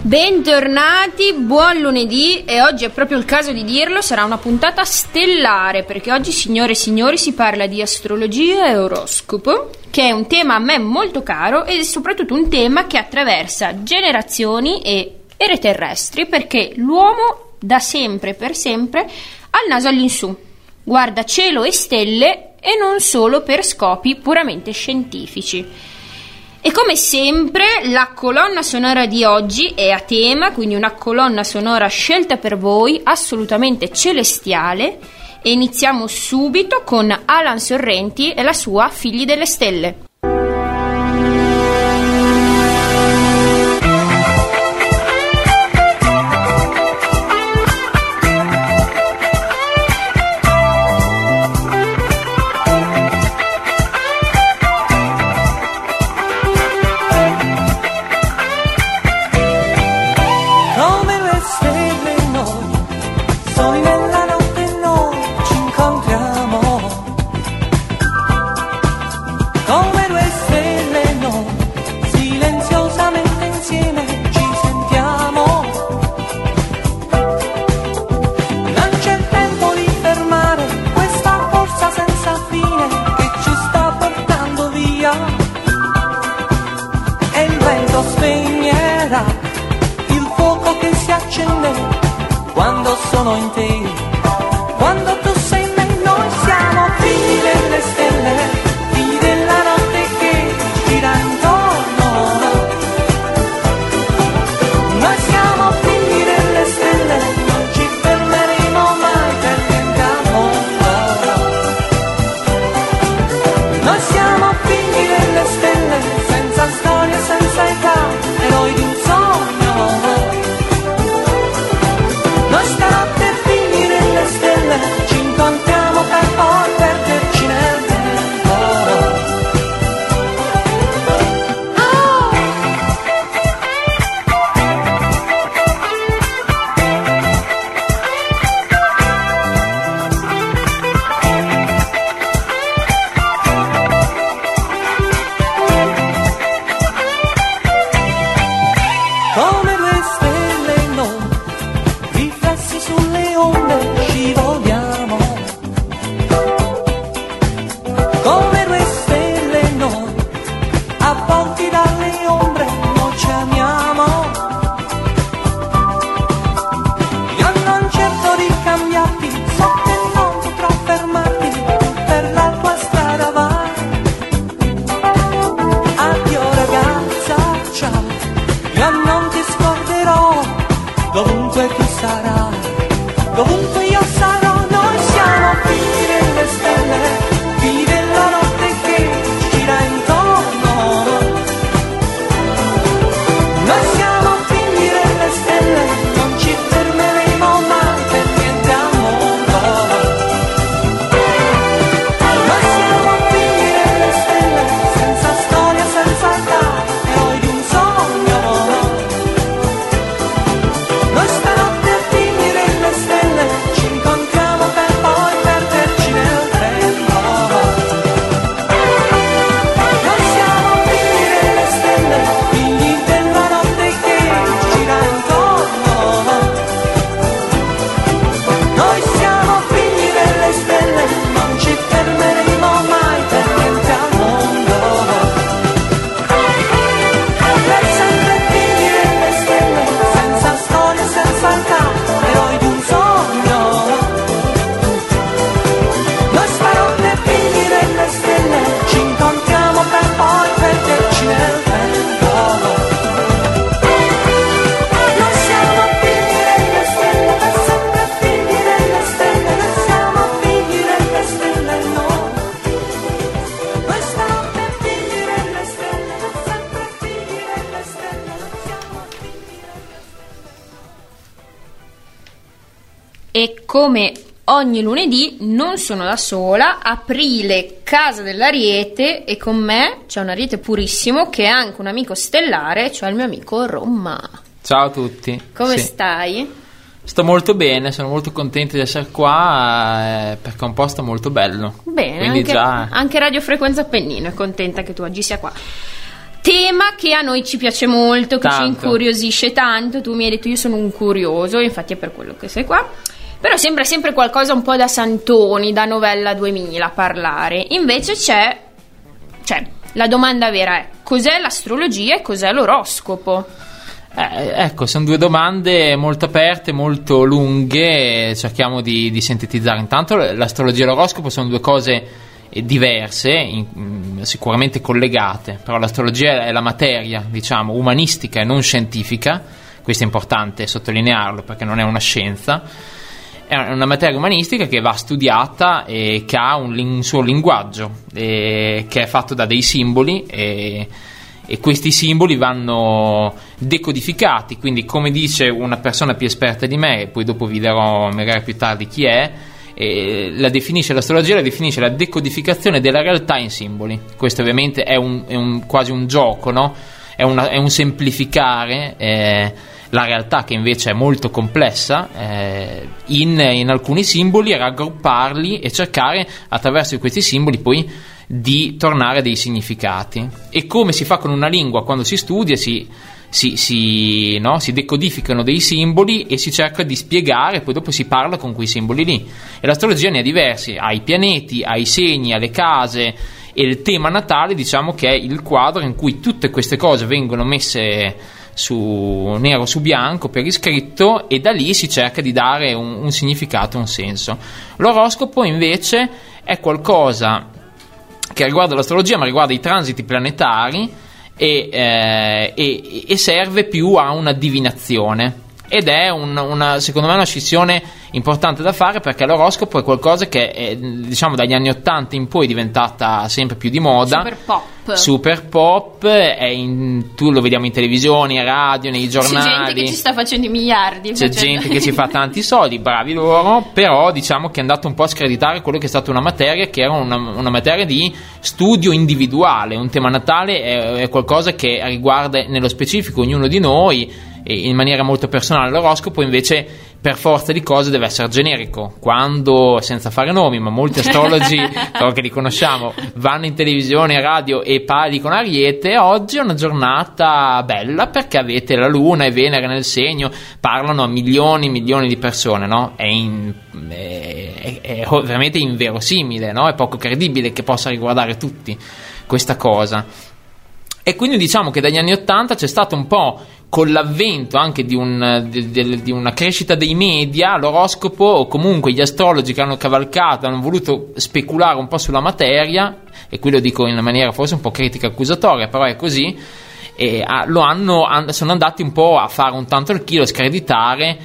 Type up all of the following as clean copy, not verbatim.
Bentornati, buon lunedì, e oggi è proprio il caso di dirlo, sarà una puntata stellare, perché oggi, signore e signori, si parla di astrologia e oroscopo, che è un tema a me molto caro e soprattutto un tema che attraversa generazioni e ere terrestri, perché l'uomo da sempre per sempre ha il naso all'insù, guarda cielo e stelle e non solo per scopi puramente scientifici. E come sempre la colonna sonora di oggi è a tema, quindi una colonna sonora scelta per voi, assolutamente celestiale, e iniziamo subito con Alan Sorrenti e la sua Figli delle Stelle. Quando sono in te, quando tu sei in me, noi siamo figli delle stelle, figli della notte che gira intorno. Noi siamo figli delle stelle, non ci fermeremo mai per niente al mondo. Noi siamo figli delle stelle, senza storia, senza età, eroi di un sogno. Noi stanotte figli delle stelle ci incontriamo per poi perderci nel tempo. Come due stelle noi, riflessi sulle onde scivoliamo. Come due stelle noi, avvolti dalle ombre noi ci amiamo. Io non cerco di cambiarti, so che non potrò fermarti, per la tua strada vai. Addio ragazza, ciao, io non ti scorderò, dovunque tu sarai, dovunque io sarò. Noi siamo figli delle stelle, figli della notte che gira intorno. Noi siamo figli delle stelle, non ci fermeremo mai per niente al mondo. Noi siamo figli delle stelle, senza storia, senza età, eroi di un sogno. Noi stanotte figli delle stelle ci incontriamo per poi perderci nel tempo. Noi siamo figli delle stelle, figli della notte che gira intorno. Noi siamo figli delle stelle, non ci fermeremo mai per niente al mondo. Per sempre figli delle stelle, senza storia, senza età, eroi di un sogno. Noi stanotte figli delle stelle ci incontriamo per poi perderci nel tempo. Noi siamo figli delle stelle, per sempre figli delle stelle. Noi siamo figli delle stelle, noi. Noi stanotte figli delle stelle, per sempre figli delle stelle. Noi siamo figli delle stelle. E come ogni lunedì non sono da sola, aprile, casa dell'Ariete, e con me c'è un Ariete purissimo che è anche un amico stellare, cioè il mio amico Roma. Ciao a tutti. Come Sì. stai? Sto molto bene, sono molto contento di essere qua perché è un posto molto bello. Bene, Quindi anche, già... anche Radio Frequenza Appennino è contenta che tu oggi sia qua. tema che a noi ci piace molto, che ci Tanto. incuriosisce tanto. Tu mi hai detto io sono un curioso, infatti è per quello che sei qua. Però sembra sempre qualcosa un po' da Santoni, da Novella 2000 parlare. Invece la domanda vera è: cos'è l'astrologia e cos'è l'oroscopo? Ecco, sono due domande molto aperte, molto lunghe, cerchiamo di sintetizzare. Intanto l'astrologia e l'oroscopo sono due cose diverse, sicuramente collegate, però l'astrologia è la materia, diciamo, umanistica e non scientifica. Questo è importante sottolinearlo perché non è una scienza, è una materia umanistica che va studiata e che ha un suo linguaggio, che è fatto da dei simboli, e questi simboli vanno decodificati. Quindi, come dice una persona più esperta di me, e poi dopo vi dirò magari più tardi chi è, l'astrologia la definisce la decodificazione della realtà in simboli. Questo ovviamente è quasi un gioco, no? È un semplificare la realtà, che invece è molto complessa, in alcuni simboli, raggrupparli e cercare attraverso questi simboli poi di tornare a dei significati. E come si fa con una lingua quando si studia, si decodificano dei simboli e si cerca di spiegare, poi dopo si parla con quei simboli lì. E l'astrologia ne ha diversi: ha i pianeti, ha i segni, ha le case, e il tema natale, diciamo che è il quadro in cui tutte queste cose vengono messe su nero su bianco per iscritto, e da lì si cerca di dare un significato, un senso. L'oroscopo invece è qualcosa che riguarda l'astrologia, ma riguarda i transiti planetari, e serve più a una divinazione, ed è secondo me una scissione importante da fare, perché l'oroscopo è qualcosa che è, diciamo, dagli anni 80 in poi è diventata sempre più di moda, super pop, tu lo vediamo in televisione, in radio, nei giornali. C'è gente che ci sta facendo i miliardi, c'è gente che ci fa tanti soldi, bravi loro, però diciamo che è andato un po' a screditare quello che è stata una materia che era una materia di studio individuale. Un tema natale è qualcosa che riguarda nello specifico ognuno di noi in maniera molto personale. L'oroscopo invece per forza di cose deve essere generico. Quando, senza fare nomi, ma molti astrologi che li conosciamo, vanno in televisione e radio e dicono: Ariete, oggi è una giornata bella perché avete la luna e Venere nel segno, parlano a milioni di persone, no? È veramente inverosimile, no? È poco credibile che possa riguardare tutti questa cosa. E quindi diciamo che dagli anni 80 c'è stato un po', con l'avvento anche di una crescita dei media, l'oroscopo, o comunque gli astrologi che hanno cavalcato, hanno voluto speculare un po' sulla materia, e qui lo dico in maniera forse un po' critica accusatoria, però è così, e sono andati un po' a fare un tanto il chilo, a screditare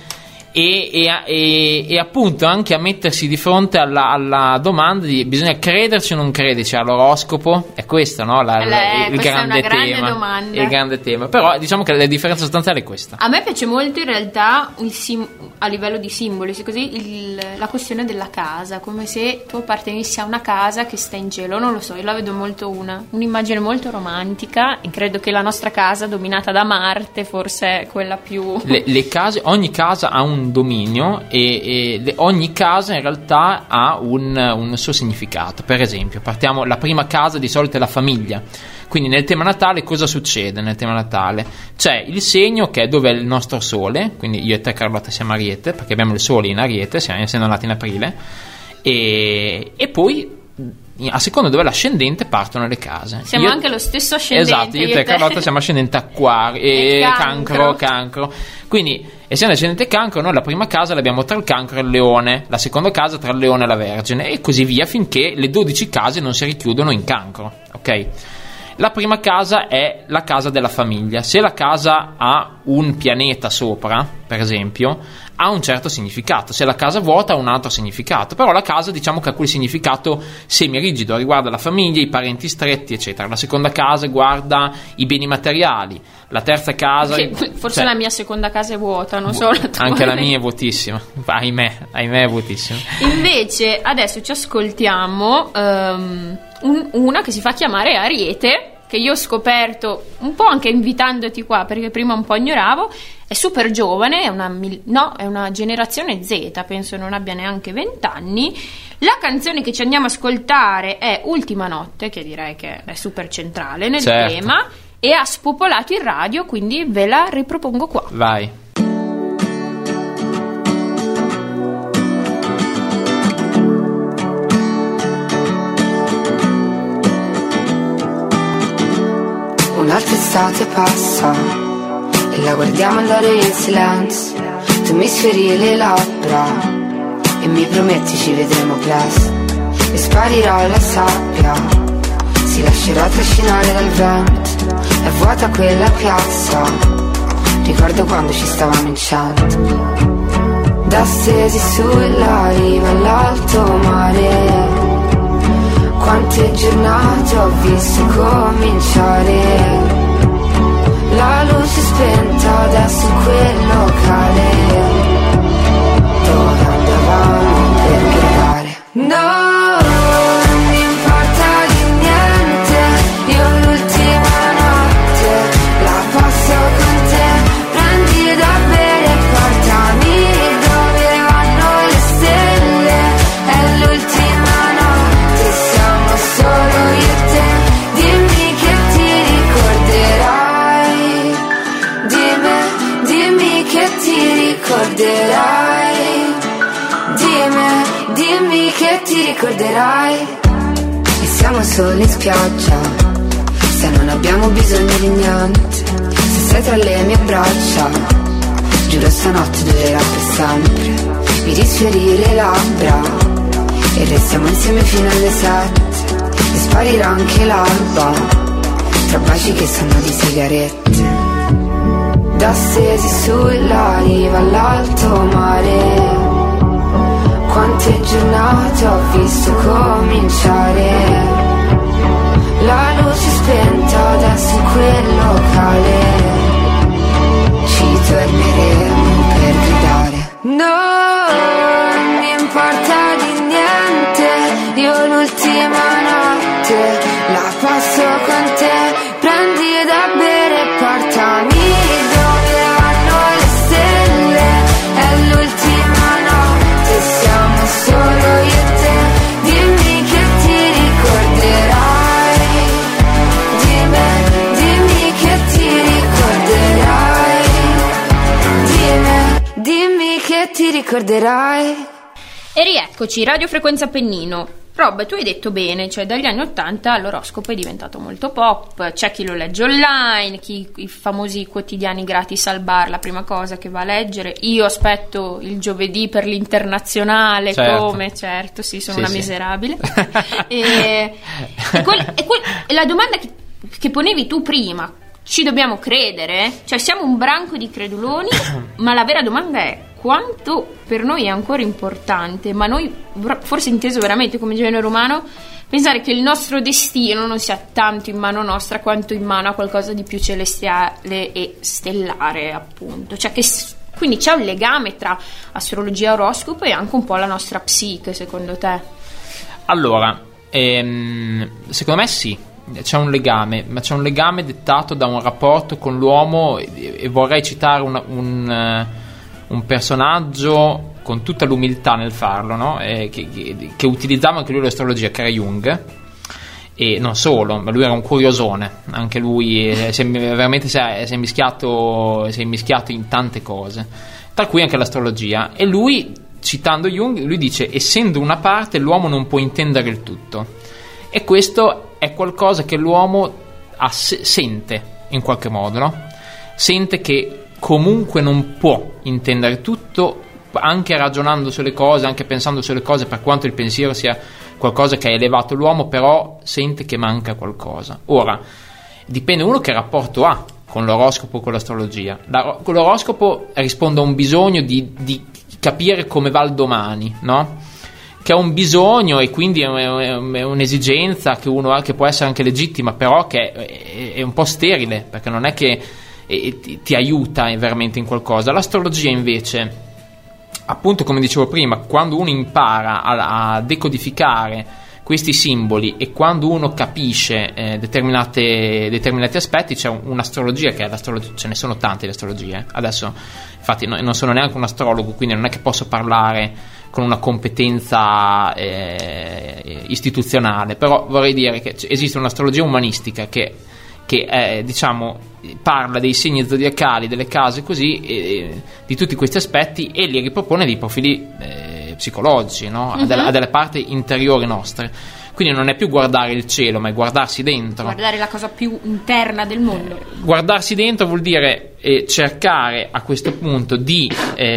e appunto anche a mettersi di fronte alla domanda di: bisogna crederci o non crederci all'oroscopo? È questo, no? Il grande tema, domanda. Il grande tema. Però diciamo che la differenza sostanziale è questa. A me piace molto in realtà a livello di simboli, così, la questione della casa, come se tu appartenessi a una casa che sta in cielo. Non lo so, io la vedo molto un'immagine molto romantica, e credo che la nostra casa, dominata da Marte, forse è quella più... Le case, ogni casa ha un dominio, e ogni casa in realtà ha un suo significato. Per esempio, la prima casa di solito è la famiglia. Quindi nel tema natale cosa succede? Nel tema natale c'è il segno che è dove è il nostro sole, quindi io e te, Carlotta, siamo Ariete, perché abbiamo il sole in Ariete, essendo nati in aprile, e poi a seconda dove è l'ascendente partono le case. Siamo anche lo stesso ascendente. Esatto, io e te, Carlotta, siamo ascendente Acquario e cancro. Quindi, essendo ascendente Cancro, noi la prima casa l'abbiamo tra il Cancro e il Leone, la seconda casa tra il Leone e la Vergine, e così via, finché le 12 case non si richiudono in Cancro, ok? La prima casa è la casa della famiglia. Se la casa ha un pianeta sopra, per esempio, ha un certo significato. Se la casa vuota ha un altro significato. Però la casa, diciamo che ha quel significato semirigido, riguarda la famiglia, i parenti stretti, eccetera. La seconda casa guarda i beni materiali. La terza casa... Forse la mia seconda casa è vuota, non so la tua. Anche la mia è vuotissima. Ahimè è vuotissima. Invece adesso ci ascoltiamo una che si fa chiamare Ariete, che io ho scoperto un po' anche invitandoti qua, perché prima un po' ignoravo. È super giovane, è una generazione Z, penso non abbia neanche 20 anni. La canzone che ci andiamo a ascoltare è Ultima Notte, che direi che è super centrale nel tema, e ha spopolato il radio, quindi ve la ripropongo qua. Vai. Un'altra estate passa e la guardiamo andare in silenzio. Tu mi sferi le labbra e mi prometti ci vedremo presto. E sparirà la sabbia, si lascerà trascinare dal vento. È vuota quella piazza, ricordo quando ci stavamo in cento. Da stesi sulla riva all'alto mare, quante giornate ho visto cominciare. La luce spenta adesso in quel locale dove andavamo per gridare. No, non mi importa di niente, io l'ultima notte la passo con te. Prendi da bere e portami dove vanno le stelle. È l'ultima notte, siamo solo io e te. Dimmi che ti ricorderai di me, dimmi che ti ricorderai. Dimmi che ti ricorderai. E siamo soli in spiaggia, se non abbiamo bisogno di niente. Se sei tra le mie braccia, giuro stanotte durerà per sempre. Mi risfiori le labbra e restiamo insieme fino alle 7. E sparirà anche l'alba tra baci che sanno di sigarette. Da stesi sulla riva all'alto mare, quante giornate ho visto cominciare. La luce spenta adesso in quel locale, ci torneremo per gridare. No, non mi importa di niente, io l'ultima notte la passo con te. Prendi da bere e portami dove vanno le stelle. È l'ultima notte, siamo solo io e te. Dimmi che ti ricorderai di me, dimmi che ti ricorderai di me, dimmi che ti ricorderai. E rieccoci, Radio Frequenza Pennino. Rob, tu hai detto bene, cioè dagli anni 80 l'oroscopo è diventato molto pop, c'è chi lo legge online, i famosi quotidiani gratis al bar, la prima cosa che va a leggere. Io aspetto il giovedì per l'internazionale, certo. Come? Certo, sì, sono Sì, una sì. miserabile. e la domanda che ponevi tu prima, ci dobbiamo credere? Cioè siamo un branco di creduloni, ma la vera domanda è: quanto per noi è ancora importante, ma noi, forse inteso veramente come genere umano, pensare che il nostro destino non sia tanto in mano nostra quanto in mano a qualcosa di più celestiale e stellare, appunto. Cioè che quindi c'è un legame tra astrologia e oroscopo e anche un po' la nostra psiche, secondo te? Allora, secondo me sì, c'è un legame, ma c'è un legame dettato da un rapporto con l'uomo, e vorrei citare un personaggio con tutta l'umiltà nel farlo, no? Che utilizzava anche lui l'astrologia, che era Jung, e non solo, ma lui era un curiosone, anche lui veramente si è mischiato in tante cose, tra cui anche l'astrologia. E lui, citando Jung, lui dice: essendo una parte, l'uomo non può intendere il tutto, e questo è qualcosa che l'uomo sente in qualche modo, no? Sente che comunque non può intendere tutto, anche ragionando sulle cose, anche pensando sulle cose, per quanto il pensiero sia qualcosa che ha elevato l'uomo, però sente che manca qualcosa. Ora, dipende uno che rapporto ha con l'oroscopo, con l'astrologia. Con l'oroscopo risponde a un bisogno di capire come va il domani, no? Che è un bisogno, e quindi è un'esigenza che uno ha, che può essere anche legittima, però che è un po' sterile, perché non è che ti aiuta veramente in qualcosa. L'astrologia invece, appunto, come dicevo prima, quando uno impara a decodificare questi simboli e quando uno capisce determinati aspetti, c'è un'astrologia che è l'astrologia. Ce ne sono tante di astrologie adesso, infatti non sono neanche un astrologo, quindi non è che posso parlare con una competenza istituzionale, però vorrei dire che esiste un'astrologia umanistica che che diciamo parla dei segni zodiacali, delle case così, di tutti questi aspetti, e li ripropone dei profili psicologici, no? A delle parti interiori nostre. Quindi non è più guardare il cielo, ma è guardarsi dentro. Guardare la cosa più interna del mondo. Guardarsi dentro vuol dire cercare a questo punto di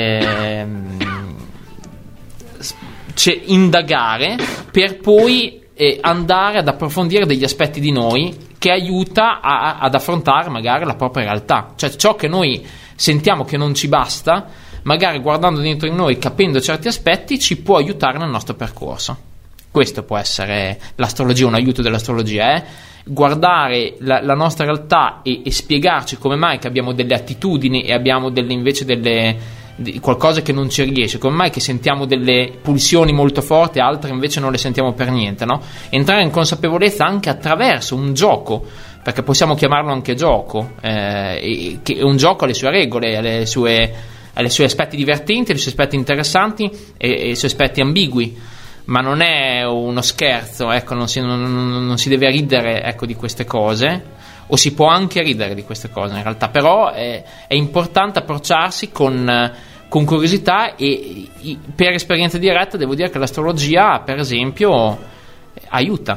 indagare per poi andare ad approfondire degli aspetti di noi che aiuta ad affrontare magari la propria realtà. Cioè ciò che noi sentiamo che non ci basta, magari guardando dentro di noi, capendo certi aspetti, ci può aiutare nel nostro percorso. Questo può essere l'astrologia, un aiuto dell'astrologia, guardare la nostra realtà e spiegarci come mai che abbiamo delle attitudini e abbiamo qualcosa che non ci riesce, come mai che sentiamo delle pulsioni molto forti, altre invece non le sentiamo per niente, no? Entrare in consapevolezza anche attraverso un gioco, perché possiamo chiamarlo anche gioco, che un gioco ha le sue regole, ha i suoi aspetti divertenti, i suoi aspetti interessanti e i suoi aspetti ambigui. Ma non è uno scherzo, ecco, non si deve ridere, ecco, di queste cose, o si può anche ridere di queste cose in realtà, però è importante approcciarsi con curiosità, e per esperienza diretta devo dire che l'astrologia, per esempio, aiuta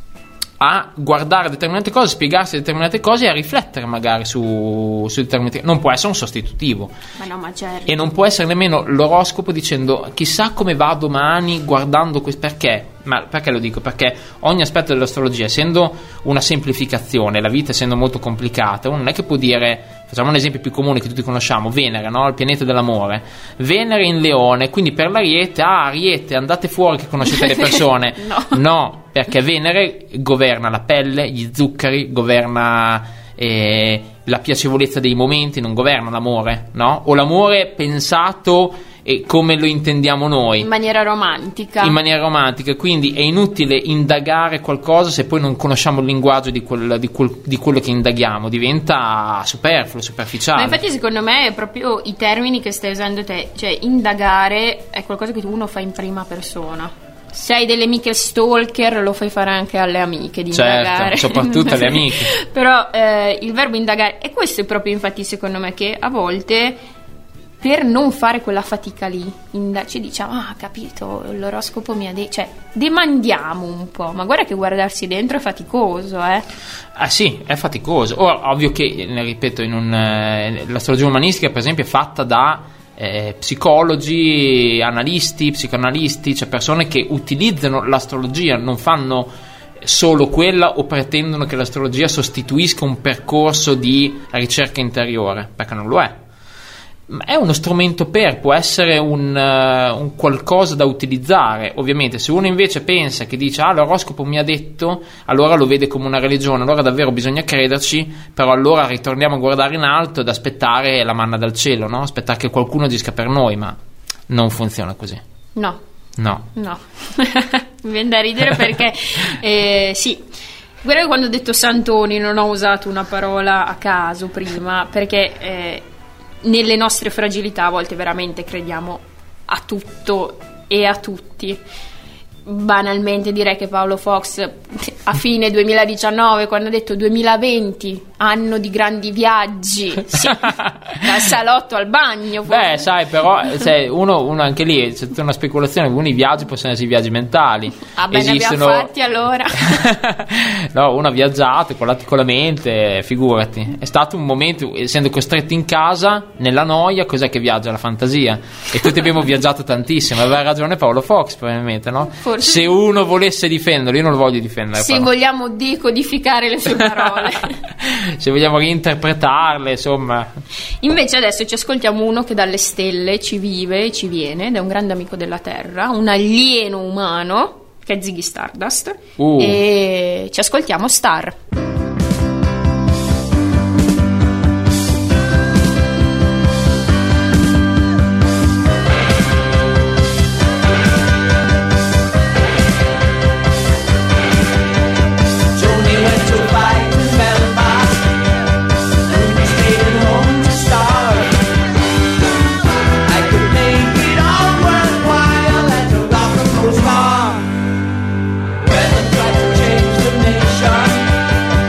a guardare determinate cose, spiegarsi determinate cose e a riflettere magari su determinate. Non può essere un sostitutivo, ma no, ma certo. E non può essere nemmeno l'oroscopo dicendo chissà come va domani guardando questo. Perché lo dico? Perché ogni aspetto dell'astrologia, essendo una semplificazione, la vita essendo molto complicata, uno non è che può dire, facciamo un esempio più comune che tutti conosciamo, Venere, no? Il pianeta dell'amore, Venere in Leone, quindi per l'Ariete, Ariete, andate fuori che conoscete le persone. No, perché Venere governa la pelle, gli zuccheri, governa la piacevolezza dei momenti, non governa l'amore, no? O l'amore pensato come lo intendiamo noi, in maniera romantica, quindi è inutile indagare qualcosa se poi non conosciamo il linguaggio di quello che indaghiamo, diventa superfluo, superficiale. Ma infatti secondo me è proprio i termini che stai usando te, cioè indagare è qualcosa che uno fa in prima persona. Se hai delle amiche stalker, lo fai fare anche alle amiche di indagare. Certo, soprattutto alle amiche. Però il verbo indagare, e questo è proprio infatti secondo me che a volte, per non fare quella fatica lì, ci diciamo, capito, l'oroscopo mi ha detto, cioè demandiamo un po', ma guarda che guardarsi dentro è faticoso, sì, è faticoso. Ovvio che, ripeto, l'astrologia umanistica per esempio è fatta da psicologi, analisti, psicoanalisti, cioè persone che utilizzano l'astrologia, non fanno solo quella o pretendono che l'astrologia sostituisca un percorso di ricerca interiore, perché non lo è. È uno strumento può essere un qualcosa da utilizzare. Ovviamente se uno invece pensa che dice l'oroscopo mi ha detto, allora lo vede come una religione, allora davvero bisogna crederci, però allora ritorniamo a guardare in alto ed aspettare la manna dal cielo, no? Aspettare che qualcuno agisca per noi, ma non funziona così. No. Mi viene da ridere perché sì, guarda che quando ho detto Santoni non ho usato una parola a caso prima, perché nelle nostre fragilità a volte veramente crediamo a tutto e a tutti. Banalmente direi che Paolo Fox a fine 2019, quando ha detto 2020 anno di grandi viaggi, sì, dal salotto al bagno, forse. Sai, però uno anche lì c'è tutta una speculazione, uno i viaggi possono essere viaggi mentali, ne abbiamo fatti allora. No, uno ha viaggiato con la mente, figurati, è stato un momento, essendo costretti in casa nella noia, cos'è che viaggia? La fantasia, e tutti abbiamo viaggiato tantissimo. Aveva ragione Paolo Fox probabilmente, no? Forse. Se uno volesse difenderlo, io non lo voglio difendere, se vogliamo decodificare le sue parole, se vogliamo reinterpretarle, insomma. Invece adesso ci ascoltiamo uno che dalle stelle ci vive e ci viene, ed è un grande amico della Terra, un alieno umano, che è Ziggy Stardust, e ci ascoltiamo Star. When the tried to change the nation,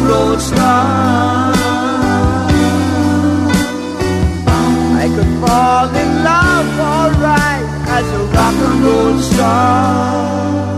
roll star. I could fall in love alright as a rock and roll star.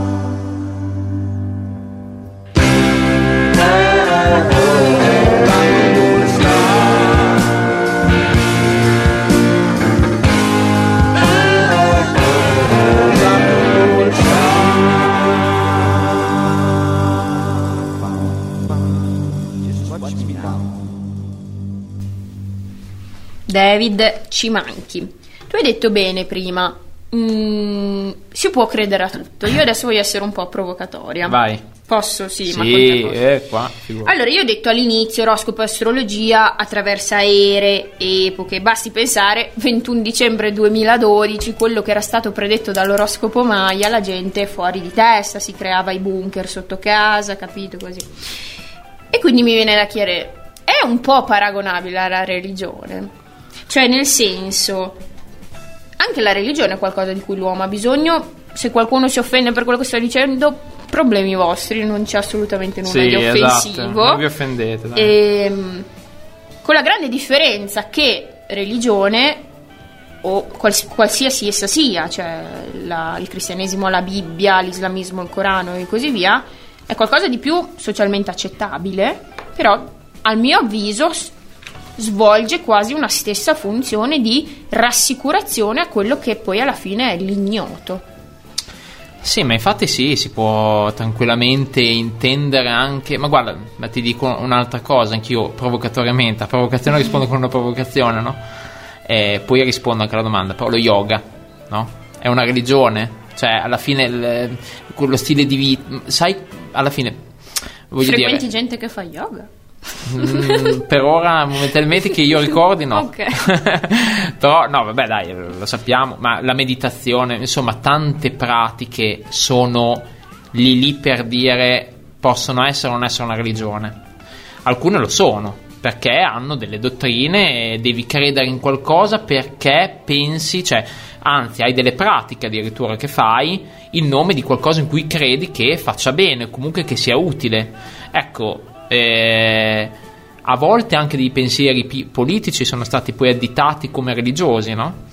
David, ci manchi. Tu hai detto bene prima, si può credere a tutto. Io adesso voglio essere un po' provocatoria. Vai. Posso? Sì, Sì, ma quante cose. qua, figurati. Allora, io ho detto all'inizio, oroscopo e astrologia attraversa ere, epoche. Basti pensare, 21 dicembre 2012, quello che era stato predetto dall'oroscopo Maya, la gente è fuori di testa, si creava i bunker sotto casa, capito, così. E quindi mi viene da chiedere, è un po' paragonabile alla religione? Cioè, nel senso, anche la religione è qualcosa di cui l'uomo ha bisogno. Se qualcuno si offende per quello che sto dicendo, problemi vostri, non c'è assolutamente nulla di offensivo. Esatto, non vi offendete, dai. Con la grande differenza che religione, o qualsiasi essa sia, cioè il cristianesimo, la Bibbia, l'islamismo, il Corano e così via, è qualcosa di più socialmente accettabile, però al mio avviso svolge quasi una stessa funzione di rassicurazione a quello che poi alla fine è l'ignoto. Sì, ma infatti sì, si può tranquillamente intendere anche. Ma guarda, ma ti dico un'altra cosa, anch'io provocatoriamente, a provocazione rispondo con una provocazione, no? Poi rispondo anche alla domanda, però lo yoga, no? È una religione? Cioè, alla fine quello stile di vita, sai, alla fine voglio Frequenti dire, gente che fa yoga? per ora momentaneamente che io ricordi no. Ok. Però no, vabbè, dai, lo sappiamo, ma la meditazione, insomma, tante pratiche sono lì per dire possono essere o non essere una religione. Alcune lo sono perché hanno delle dottrine e devi credere in qualcosa perché pensi, cioè, anzi, hai delle pratiche addirittura che fai in nome di qualcosa in cui credi che faccia bene, comunque che sia utile. Ecco, a volte anche dei pensieri politici sono stati poi additati come religiosi, no?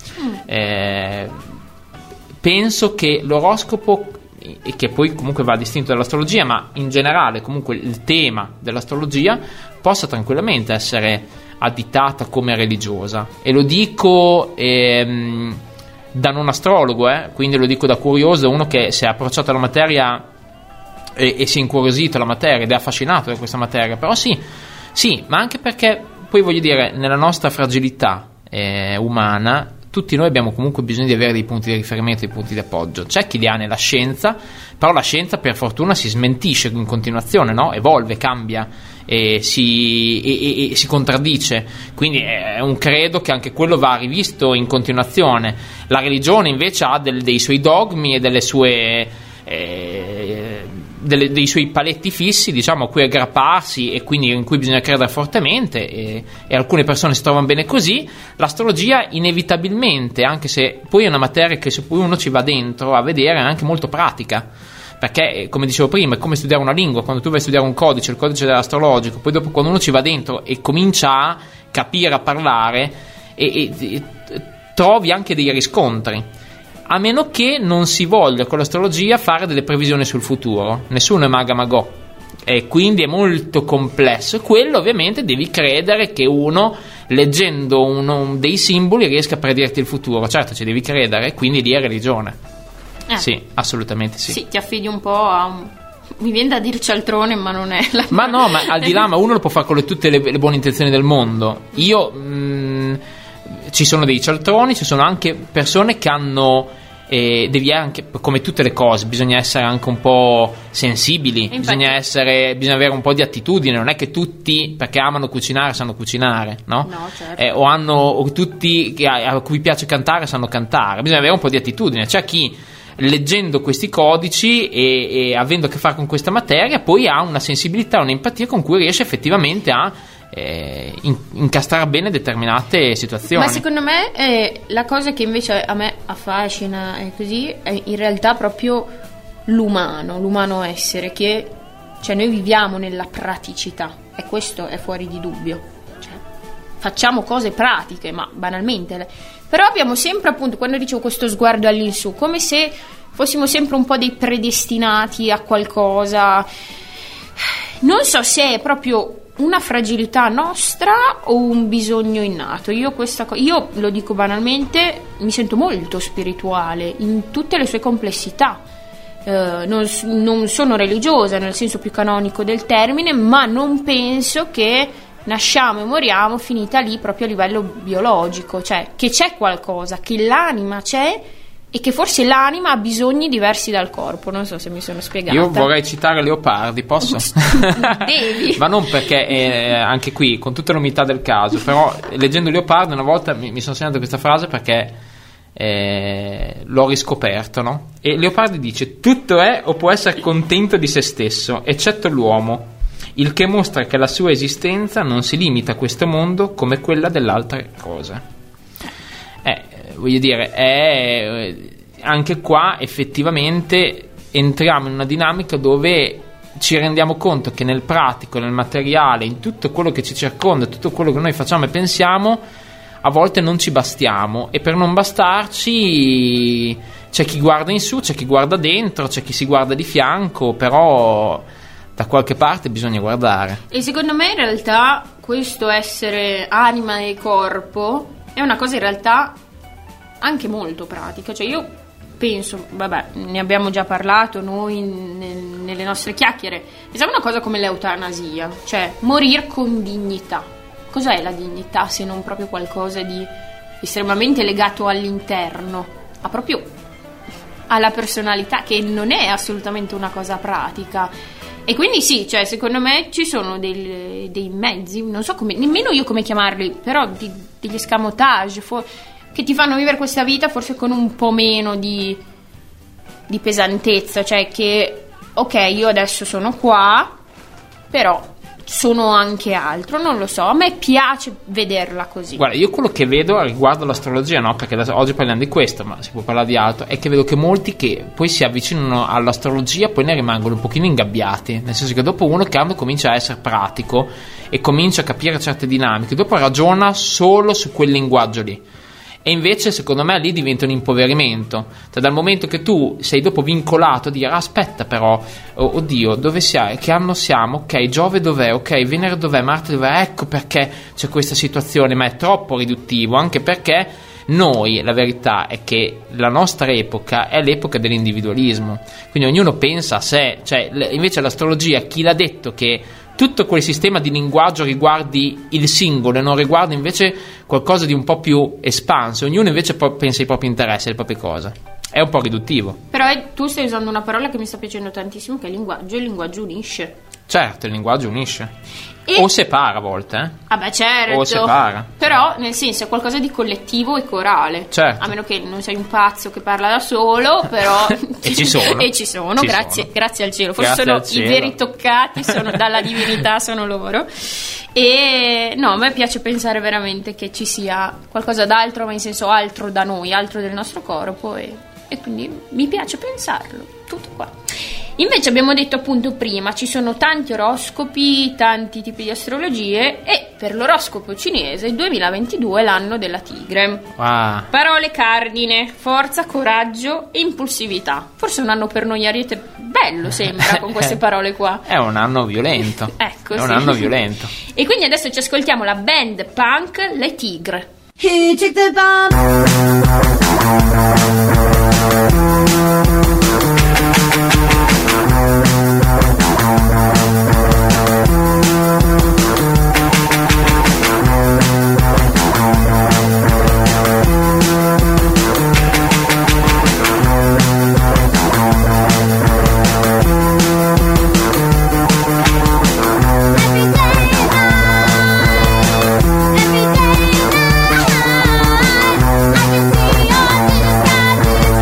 Penso che l'oroscopo, e che poi comunque va distinto dall'astrologia, ma in generale comunque il tema dell'astrologia possa tranquillamente essere additata come religiosa, e lo dico da non astrologo, quindi lo dico da curioso, uno che si è approcciato alla materia e si è incuriosito alla materia ed è affascinato da questa materia. Però sì, ma anche perché poi voglio dire, nella nostra fragilità umana tutti noi abbiamo comunque bisogno di avere dei punti di riferimento, dei punti di appoggio. C'è chi li ha nella scienza, però la scienza per fortuna si smentisce in continuazione, no? Evolve, cambia e si contraddice, quindi è un credo che anche quello va rivisto in continuazione. La religione invece ha dei suoi dogmi e delle sue dei suoi paletti fissi, diciamo, a cui aggrapparsi e quindi in cui bisogna credere fortemente, e alcune persone si trovano bene così. L'astrologia inevitabilmente, anche se poi è una materia che se poi uno ci va dentro a vedere, è anche molto pratica, perché come dicevo prima è come studiare una lingua. Quando tu vai a studiare un codice, il codice dell'astrologico, poi dopo quando uno ci va dentro e comincia a capire, a parlare, e trovi anche dei riscontri. A meno che non si voglia con l'astrologia fare delle previsioni sul futuro. Nessuno è maga magò, e quindi è molto complesso. Quello ovviamente devi credere che uno, leggendo dei simboli, riesca a predirti il futuro. Certo, ci devi credere, quindi lì è religione. Sì, assolutamente sì. Sì, ti affidi un po' a mi viene da dire cialtrone, ma non è la... Ma no, ma al di là, ma uno lo può fare con tutte le buone intenzioni del mondo. Ci sono dei cialtroni, ci sono anche persone che hanno devi anche, come tutte le cose, bisogna essere anche un po' sensibili. Infatti, bisogna avere un po' di attitudine. Non è che tutti, perché amano cucinare, sanno cucinare, no? No, certo. O tutti a cui piace cantare sanno cantare. Bisogna avere un po' di attitudine. C'è chi, leggendo questi codici e avendo a che fare con questa materia, poi ha una sensibilità, un'empatia con cui riesce effettivamente a incastrare bene determinate situazioni. Ma secondo me la cosa che invece a me affascina è così, è in realtà proprio l'umano essere, che cioè noi viviamo nella praticità, e questo è fuori di dubbio. Cioè, facciamo cose pratiche, ma banalmente. Però abbiamo sempre, appunto, quando dicevo questo sguardo all'insù, come se fossimo sempre un po' dei predestinati a qualcosa. Non so se è proprio una fragilità nostra o un bisogno innato. Io lo dico banalmente, mi sento molto spirituale in tutte le sue complessità. Non sono religiosa nel senso più canonico del termine, ma non penso che nasciamo e moriamo finita lì proprio a livello biologico, cioè che c'è qualcosa, che l'anima c'è e che forse l'anima ha bisogni diversi dal corpo. Non so se mi sono spiegata. Io vorrei citare Leopardi, posso? Devi. Ma non perché anche qui, con tutta l'umiltà del caso, però leggendo Leopardi una volta mi sono segnato questa frase perché l'ho riscoperto, no? E Leopardi dice: tutto è o può essere contento di se stesso, eccetto l'uomo, il che mostra che la sua esistenza non si limita a questo mondo come quella delle altre cose. Voglio dire, anche qua effettivamente entriamo in una dinamica dove ci rendiamo conto che nel pratico, nel materiale, in tutto quello che ci circonda, tutto quello che noi facciamo e pensiamo, a volte non ci bastiamo, e per non bastarci c'è chi guarda in su, c'è chi guarda dentro, c'è chi si guarda di fianco, però da qualche parte bisogna guardare. E secondo me in realtà questo essere anima e corpo è una cosa in realtà anche molto pratica. Cioè io penso, vabbè, ne abbiamo già parlato noi nelle nostre chiacchiere, pensiamo a una cosa come l'eutanasia, cioè morire con dignità. Cos'è la dignità se non proprio qualcosa di estremamente legato all'interno, proprio alla personalità, che non è assolutamente una cosa pratica. E quindi sì, cioè secondo me ci sono dei mezzi, non so come, nemmeno io come chiamarli, però degli escamotage che ti fanno vivere questa vita forse con un po' meno di pesantezza, cioè che ok, io adesso sono qua, però sono anche altro, non lo so, a me piace vederla così. Guarda, io quello che vedo riguardo l'astrologia, no, perché oggi parliamo di questo, ma si può parlare di altro, è che vedo che molti che poi si avvicinano all'astrologia poi ne rimangono un pochino ingabbiati, nel senso che dopo uno che comincia a essere pratico e comincia a capire certe dinamiche, dopo ragiona solo su quel linguaggio lì. E invece secondo me lì diventa un impoverimento, cioè dal momento che tu sei dopo vincolato a dire aspetta però, oddio, dove siamo, che anno siamo, ok, Giove dov'è, ok, Venere dov'è, Marte dov'è, ecco perché c'è questa situazione, ma è troppo riduttivo, anche perché noi, la verità è che la nostra epoca è l'epoca dell'individualismo, quindi ognuno pensa a sé, cioè invece l'astrologia, chi l'ha detto che tutto quel sistema di linguaggio riguardi il singolo e non riguarda invece qualcosa di un po' più espanso, ognuno invece pensa ai propri interessi, alle proprie cose. È un po' riduttivo. Però tu stai usando una parola che mi sta piacendo tantissimo, che è linguaggio, e il linguaggio unisce. Certo, il linguaggio unisce. O separa a volte, Ah beh, certo. O separa. Però nel senso è qualcosa di collettivo e corale. Certo. A meno che non sei un pazzo che parla da solo, però E ci sono. E ci sono, grazie al cielo. Forse Grazie sono al cielo. i veri toccati, sono dalla divinità, sono loro. E no, a me piace pensare veramente che ci sia qualcosa d'altro, ma in senso altro da noi, altro del nostro corpo, e quindi mi piace pensarlo. Tutto qua. Invece abbiamo detto appunto prima, ci sono tanti oroscopi, tanti tipi di astrologie, e per l'oroscopo cinese il 2022 è l'anno della tigre. Wow. Parole cardine: forza, coraggio e impulsività. Forse un anno per noi Ariete bello, sembra, con queste parole qua. È un anno violento. Ecco, È un sì. anno violento. E quindi adesso ci ascoltiamo la band punk Le Tigre. He took the bomb. Every day, I can see all the skies.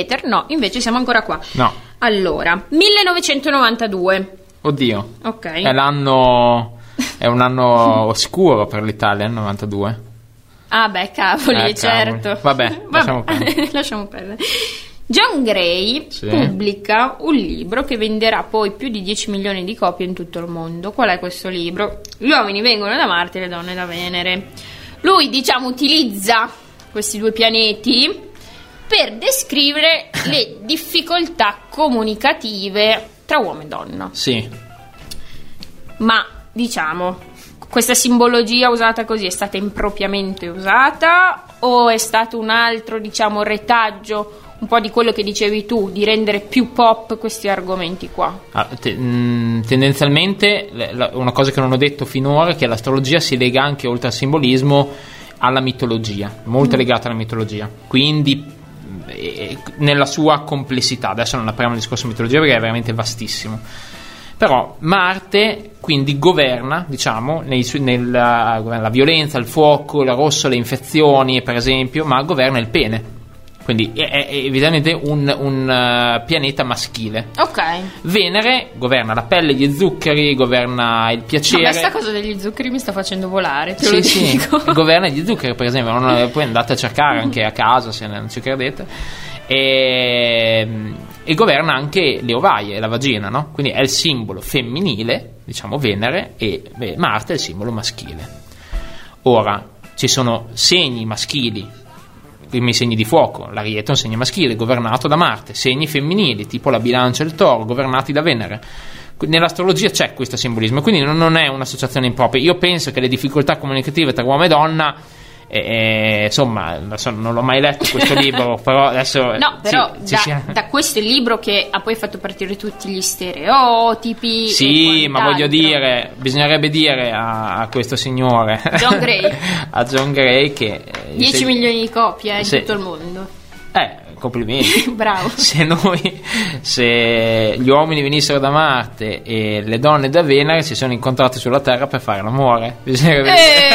nell'etere? No, invece siamo ancora qua. No. Allora, 1992. Oddio. Ok. È un anno oscuro per l'Italia, il 92. Ah beh, cavoli, certo. Cavoli. Vabbè, lasciamo perdere. lasciamo perdere. John Gray Sì. pubblica un libro che venderà poi più di 10 milioni di copie in tutto il mondo. Qual è questo libro? Gli uomini vengono da Marte e le donne da Venere. Lui, diciamo, utilizza questi due pianeti per descrivere le difficoltà comunicative tra uomo e donna. Sì. Ma, diciamo, questa simbologia usata così è stata impropriamente usata o è stato un altro, diciamo, retaggio, un po' di quello che dicevi tu, di rendere più pop questi argomenti qua? Tendenzialmente una cosa che non ho detto finora è che l'astrologia si lega anche, oltre al simbolismo, alla mitologia, molto legata alla mitologia, quindi nella sua complessità. Adesso non apriamo il discorso mitologia perché è veramente vastissimo. Però Marte quindi governa, diciamo, la violenza, il fuoco, il rosso, le infezioni, per esempio, ma governa il pene. Quindi è evidentemente un pianeta maschile. Ok. Venere governa la pelle, gli zuccheri, governa il piacere. Ma questa cosa degli zuccheri mi sta facendo volare, te lo Sì, dico. governa gli zuccheri, per esempio. Poi andate a cercare anche a casa se non ci credete. E governa anche le ovaie e la vagina, no? Quindi è il simbolo femminile, diciamo Venere, e Marte è il simbolo maschile. Ora, ci sono segni maschili, i segni di fuoco, l'Ariete è un segno maschile governato da Marte, segni femminili tipo la Bilancia e il Toro governati da Venere. Nell'astrologia c'è questo simbolismo, quindi non è un'associazione impropria. Io penso che le difficoltà comunicative tra uomo e donna, insomma, adesso non l'ho mai letto questo libro, però adesso No, però da questo libro che ha poi fatto partire tutti gli stereotipi. sì, e ma voglio quant'altro. dire, bisognerebbe dire a questo signore John Gray. a John Gray che 10 milioni di copie in Sì. tutto il mondo. Complimenti. Bravo. Se gli uomini venissero da Marte e le donne da Venere si sono incontrati sulla Terra per fare l'amore, bisognerebbe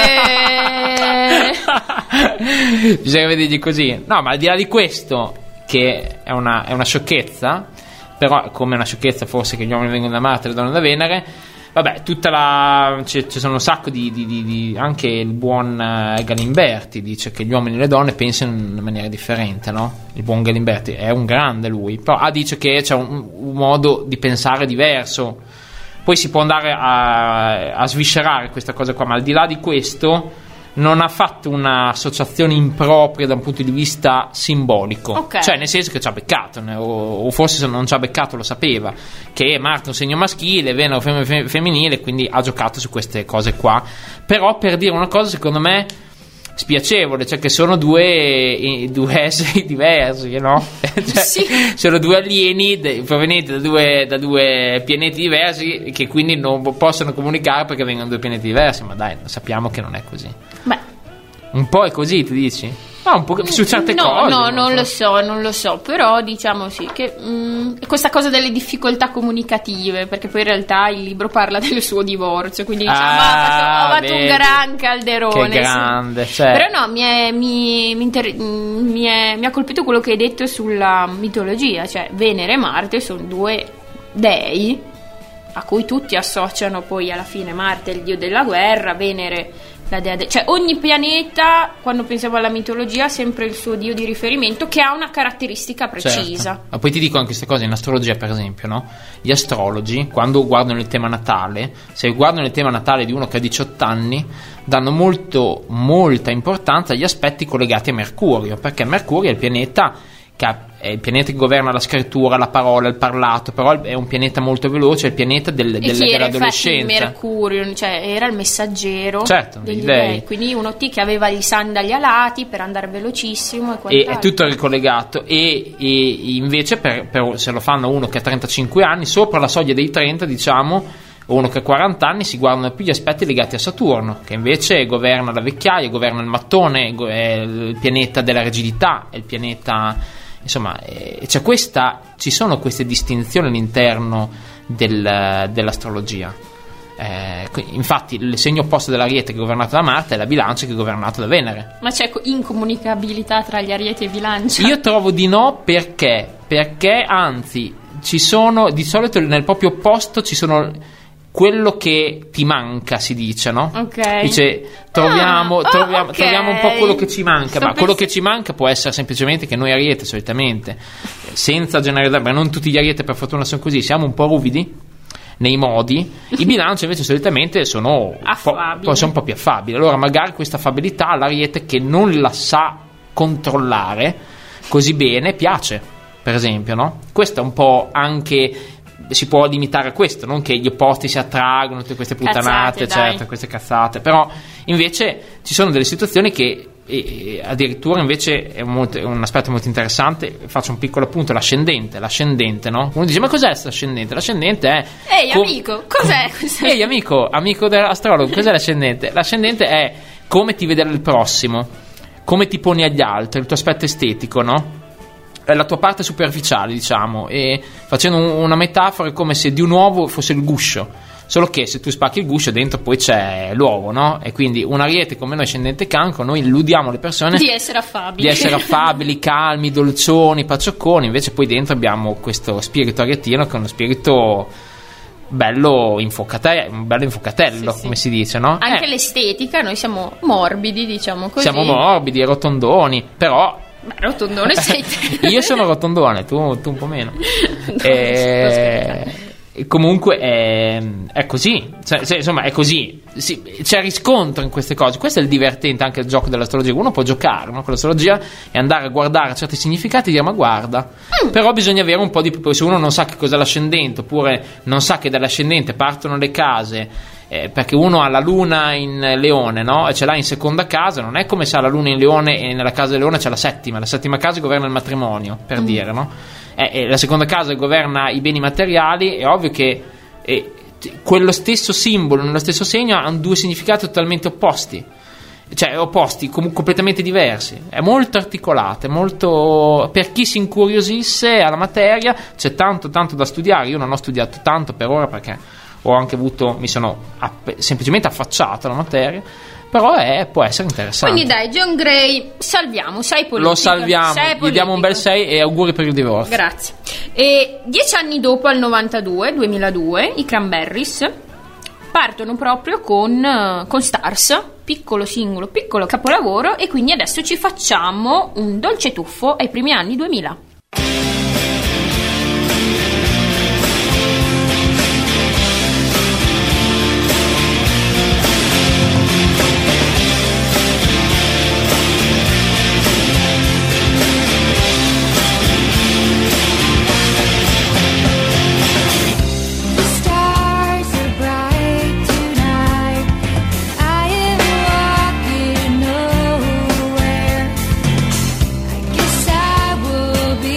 dirgli così. No, ma al di là di questo, che è una sciocchezza, però come una sciocchezza forse che gli uomini vengono da Marte e le donne da Venere, vabbè, ci sono un sacco di anche il buon Galimberti dice che gli uomini e le donne pensano in maniera differente, no? Il buon Galimberti è un grande lui, però dice che c'è un modo di pensare diverso. Poi si può andare a sviscerare questa cosa qua, ma al di là di questo non ha fatto un'associazione impropria da un punto di vista simbolico. Ok. Cioè nel senso che ci ha beccato, o forse se non ci ha beccato lo sapeva, che Marte è un segno maschile, Venere femminile, quindi ha giocato su queste cose qua. Però per dire una cosa secondo me spiacevole, cioè che sono due esseri diversi, no? Cioè, Sì. sono due alieni provenienti da due pianeti diversi che quindi non possono comunicare perché vengono da due pianeti diversi. Ma dai, sappiamo che non è così. Beh, Un po' è così, tu dici? No, un po' su certe cose. No, non lo so, però diciamo sì che questa cosa delle difficoltà comunicative, perché poi in realtà il libro parla del suo divorzio, quindi diciamo ha fatto un vedi. gran calderone. Che grande, cioè. Però no, mi ha colpito quello che hai detto sulla mitologia, cioè Venere e Marte sono due dei a cui tutti associano poi alla fine Marte è il dio della guerra, Venere la dea cioè ogni pianeta, quando pensiamo alla mitologia, ha sempre il suo dio di riferimento che ha una caratteristica precisa. Certo. Ma poi ti dico anche queste cose in astrologia, per esempio, no? Gli astrologi, quando guardano il tema natale, se guardano il tema natale di uno che ha 18 anni, danno molta importanza agli aspetti collegati a Mercurio, perché Mercurio è il pianeta che governa la scrittura, la parola, il parlato, però è un pianeta molto veloce, è il pianeta dell'adolescenza. Mercurio, cioè era il messaggero, certo, degli dei. dei, quindi uno che aveva gli sandali alati per andare velocissimo E è tutto ricollegato. E invece se lo fanno uno che ha 35 anni, sopra la soglia dei 30, diciamo, o uno che ha 40 anni, si guardano più gli aspetti legati a Saturno, che invece governa la vecchiaia, governa il mattone, è il pianeta della rigidità, è il pianeta. Insomma, ci sono queste distinzioni all'interno dell'astrologia. Infatti il segno opposto dell'Ariete che è governato da Marte è la Bilancia che è governato da Venere. Ma c'è incomunicabilità tra gli Arieti e Bilancia? Io trovo di no, perché anzi ci sono di solito nel proprio opposto ci sono quello che ti manca, si dice, no? Ok. Dice troviamo ok. troviamo un po' quello che ci manca, Sto ma quello che ci manca può essere semplicemente che noi Ariete solitamente, senza generalizzare, ma non tutti gli Ariete per fortuna sono così, siamo un po' ruvidi nei modi. I Bilancia invece solitamente sono affabili. sono un po' più affabili. Allora magari questa affabilità all'Ariete che non la sa controllare così bene piace, per esempio, no? Questo è un po' anche, si può limitare a questo, non che gli opposti si attraggono, tutte queste puttanate, Cazzate, eccetera, queste cazzate, però invece ci sono delle situazioni che addirittura invece è un aspetto molto interessante. Faccio un piccolo appunto: l'ascendente, no? Uno dice: ma cos'è questo ascendente? L'ascendente è Ehi amico, cos'è questo? ehi amico dell'astrologo, cos'è l'ascendente? L'ascendente è come ti vede il prossimo, come ti poni agli altri, il tuo aspetto estetico, no? È la tua parte superficiale, diciamo. E facendo una metafora è come se di un uovo fosse il guscio, solo che se tu spacchi il guscio dentro poi c'è l'uovo, no? E quindi un Ariete come noi ascendente Cancro, noi illudiamo le persone Di essere affabili, calmi, dolcioni, pacciocconi, invece poi dentro abbiamo questo spirito arietino che è uno spirito bello infocatello, Sì. come si dice, no? Anche l'estetica, noi siamo morbidi, diciamo così. Siamo morbidi e rotondoni, però Beh, rotondone sei te. io sono rotondone, tu un po' meno. No, sto scherzando. Comunque è così, insomma è così, sì, c'è riscontro in queste cose. Questo è il divertente anche il gioco dell'astrologia. Uno può giocare, no, con l'astrologia e andare a guardare certi significati e dire: ma guarda, però bisogna avere un po' di più. Se uno non sa che cos'è l'ascendente, oppure non sa che dall'ascendente partono le case, perché uno ha la luna in Leone, no? E ce l'ha in seconda casa. Non è come se ha la luna in Leone e nella casa del Leone c'è la settima casa governa il matrimonio, per dire, no? La seconda casa governa i beni materiali. È ovvio che quello stesso simbolo nello stesso segno hanno due significati totalmente opposti, cioè opposti, completamente diversi. È molto articolata, molto, per chi si incuriosisse alla materia c'è tanto da studiare. Io non ho studiato tanto per ora perché ho anche mi sono semplicemente affacciato alla materia, però può essere interessante. Quindi dai, John Gray, salviamo, sei politico. Lo salviamo, sei gli diamo un bel 6 e auguri per il divorzio. Grazie. E 10 anni dopo, al 2002, i Cranberries partono proprio con Stars, piccolo singolo, piccolo capolavoro, e quindi adesso ci facciamo un dolce tuffo ai primi anni 2000. The stars are bright tonight. I am walking nowhere. I guess I will be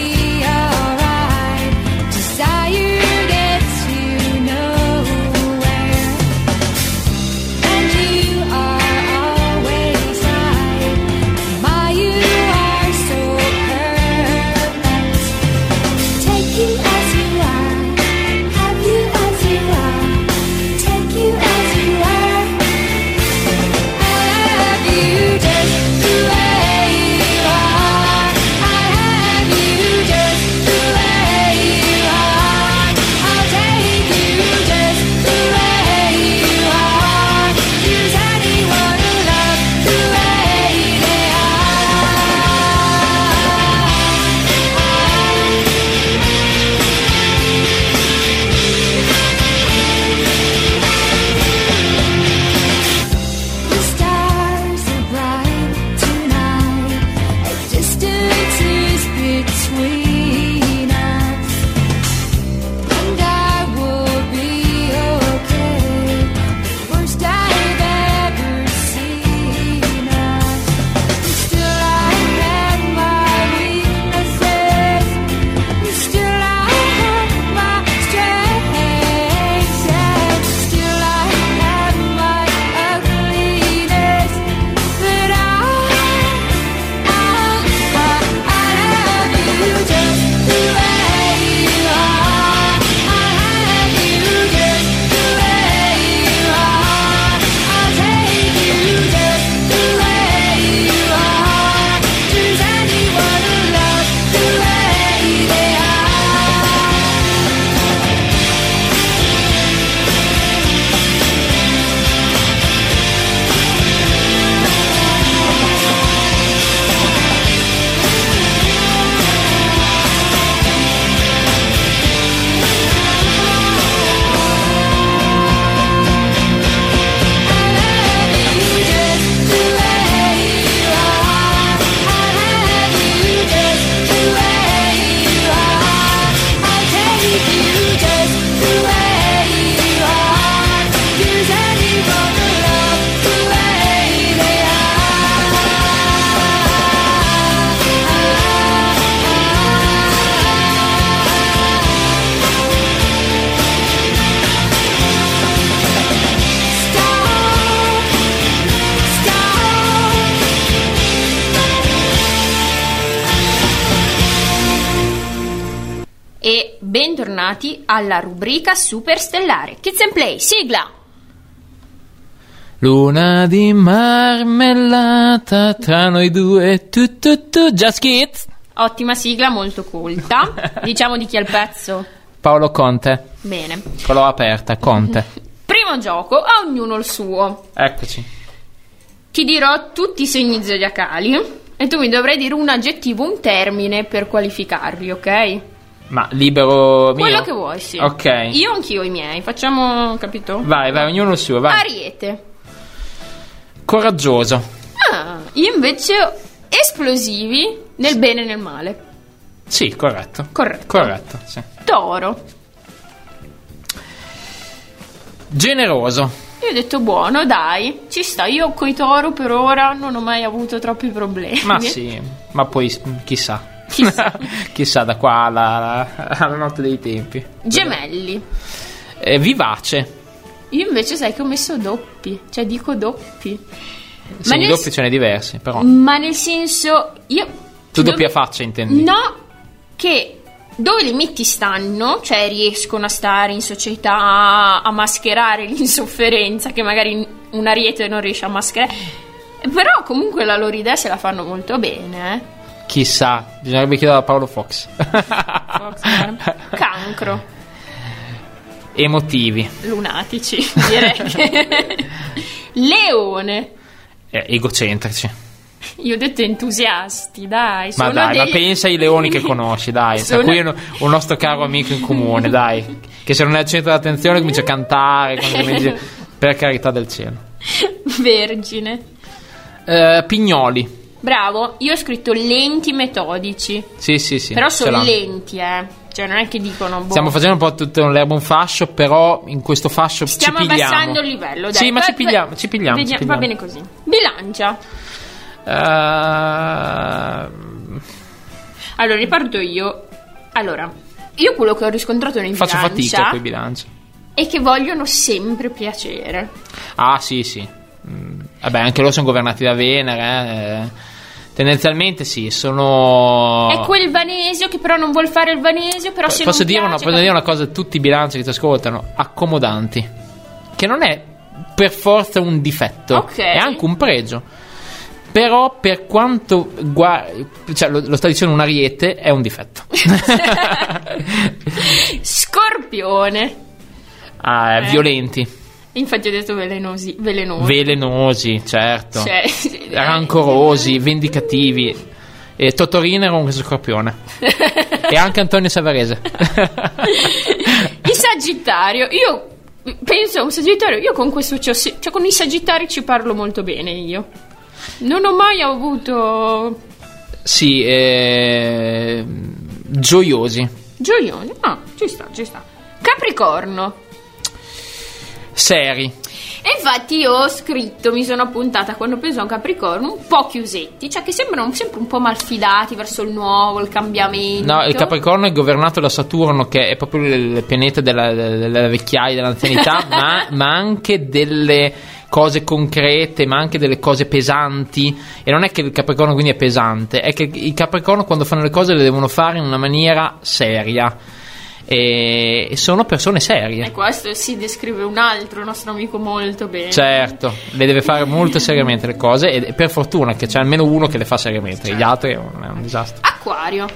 bentornati alla rubrica Superstellare. Kids and Play, sigla! Luna di marmellata tra noi due, tu, Just Kids. Ottima sigla, molto colta. Diciamo di chi è il pezzo? Paolo Conte, Bene. con l'O aperta, Conte. Primo gioco, a ognuno il suo. Eccoci. Ti dirò tutti i segni zodiacali e tu mi dovrai dire un aggettivo, un termine per qualificarli, ok? Ma libero mio? Quello che vuoi, sì. Ok. Io anch'io i miei, facciamo, capito? Vai, ognuno il suo, vai. Ariete. Coraggioso. Ah, io invece esplosivi nel bene e nel male. Sì, corretto. Corretto. Sì. Toro. Generoso. Io ho detto buono, dai, ci sta. Io coi toro per ora non ho mai avuto troppi problemi. Ma sì, ma poi chissà. Chissà. Chissà da qua alla notte dei tempi. Gemelli. Vivace. Io invece sai che ho messo doppi, cioè dico doppi. Sì, i doppi ce ne diversi, però. Ma nel senso, io... Tu doppia faccia intendi? No, che dove i limiti stanno, cioè riescono a stare in società a mascherare l'insofferenza che magari un ariete non riesce a mascherare. Però comunque la loro idea se la fanno molto bene, Chissà, bisognerebbe chiedere a Paolo Fox. Cancro. Emotivi. Lunatici, direi che... Leone. Egocentrici. Io ho detto entusiasti, dai. Ma sono dai, ma degli- pensa ai leoni che conosci, dai. Sono- Qui un nostro caro amico in comune, dai. Che se non è al centro dell'attenzione comincia a cantare. Per carità del cielo. Vergine. Pignoli. Bravo, io ho scritto lenti metodici. Sì. Però ce sono l'hanno. lenti, Cioè non è che dicono boh. Stiamo facendo un po' tutto l'erba un fascio, però in questo fascio Stiamo ci pigliamo. abbassando il livello, dai. Sì, ma Va- ci pigliamo. vediamo- Va bene così. Bilancia. Allora, riparto io. Allora, io quello che ho riscontrato nei Faccio fatica bilancia con i bilanci. è che vogliono sempre piacere. Ah, sì. Vabbè, anche loro sono governati da Venere. Tendenzialmente sì, sono... È quel vanesio che però non vuol fare il vanesio, però se Posso non dire piace, posso dire una cosa a tutti i bilanci che ti ascoltano? Accomodanti. Che non è per forza un difetto, Ok. è anche un pregio. Però per quanto cioè lo sta dicendo un ariete, è un difetto. Scorpione. Violenti, Infatti ho detto velenosi. velenosi, certo. Cioè, Rancorosi, vendicativi. E Totorino era un scorpione. E anche Antonio Savarese. Il Sagittario. Io penso a un Sagittario. Io con questo cioè con i Sagittari ci parlo molto bene io. Non ho mai avuto Sì, gioiosi. gioioni. Ah, ci sta. Capricorno. Seri. E infatti io ho scritto, mi sono appuntata quando penso a un Capricorno un po' chiusetti, cioè che sembrano sempre un po' malfidati verso il nuovo, il cambiamento. No, il Capricorno è governato da Saturno, che è proprio il pianeta della vecchiaia, dell'anzianità, ma anche delle cose concrete, ma anche delle cose pesanti. E non è che il Capricorno quindi è pesante, è che il Capricorno quando fanno le cose le devono fare in una maniera seria. E sono persone serie. E questo si descrive un altro nostro amico molto bene. Certo, le deve fare molto seriamente le cose, e per fortuna che c'è almeno uno che le fa seriamente, gli altri è un disastro. Acquario.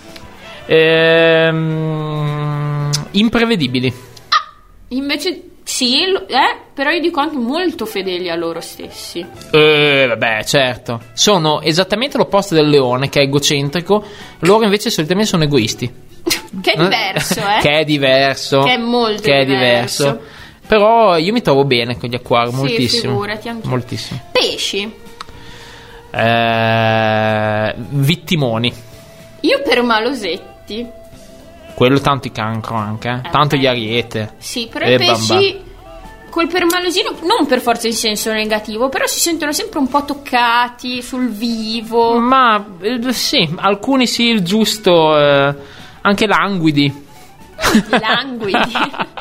Imprevedibili. Invece sì, però io dico anche molto fedeli a loro stessi. Vabbè, certo. Sono esattamente l'opposto del leone, che è egocentrico. Loro invece solitamente sono egoisti. Che è diverso, Che è diverso. Che è molto diverso. Però io mi trovo bene con gli acquari, Sì, moltissimo. figurati, anch'io. Moltissimo. Pesci. Vittimoni. Io per malosetti. Quello tanto i cancro anche, tanto gli ariete. Sì, però E i pesci col permalosino non per forza in senso negativo, però si sentono sempre un po' toccati sul vivo. Ma sì, alcuni sì, il giusto, anche languidi. Languidi.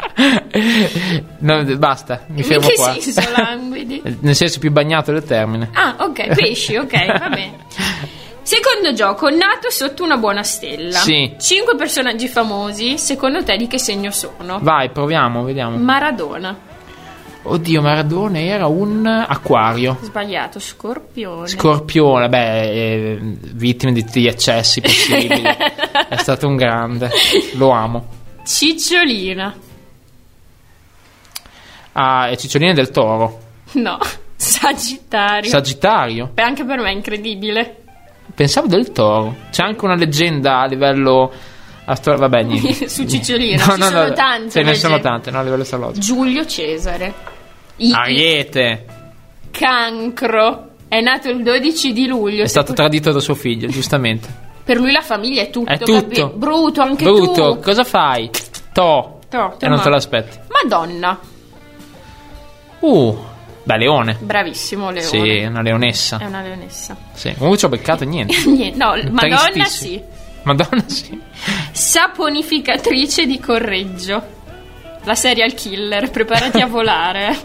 No, basta, mi In fermo che qua. senso languidi? Nel senso più bagnato del termine. Ah, ok, pesci, ok, va bene. Secondo gioco, nato sotto una buona stella. Sì. 5 personaggi famosi, secondo te di che segno sono? Vai, proviamo, vediamo. Maradona. Oddio, Maradona era un acquario. Sbagliato, Scorpione. Scorpione, vittime di tutti gli eccessi possibili. È stato un grande. Lo amo. Cicciolina. Ah, è Cicciolina del Toro. No, Sagittario. Sagittario. Beh, anche per me è incredibile. Pensavo del Toro. C'è anche una leggenda a livello vabbè, niente. Su Cicciolina ci sono tante. Ce ne sono leggende. tante, no, a livello astrologico. Giulio Cesare. Ariete. Cancro. È nato il 12 di luglio. È stato tradito da suo figlio, giustamente. Per lui la famiglia è tutto. È tutto. Bruto, anche Bruto, tu. cosa fai? E non te l'aspetti. Madonna. Beh, leone. Bravissimo, Leone. Sì, una leonessa. È una leonessa. Sì, comunque ci ho beccato niente. Niente, no, Madonna Tristissimo. sì. Madonna sì. Saponificatrice di Correggio. La serial killer, preparati a volare.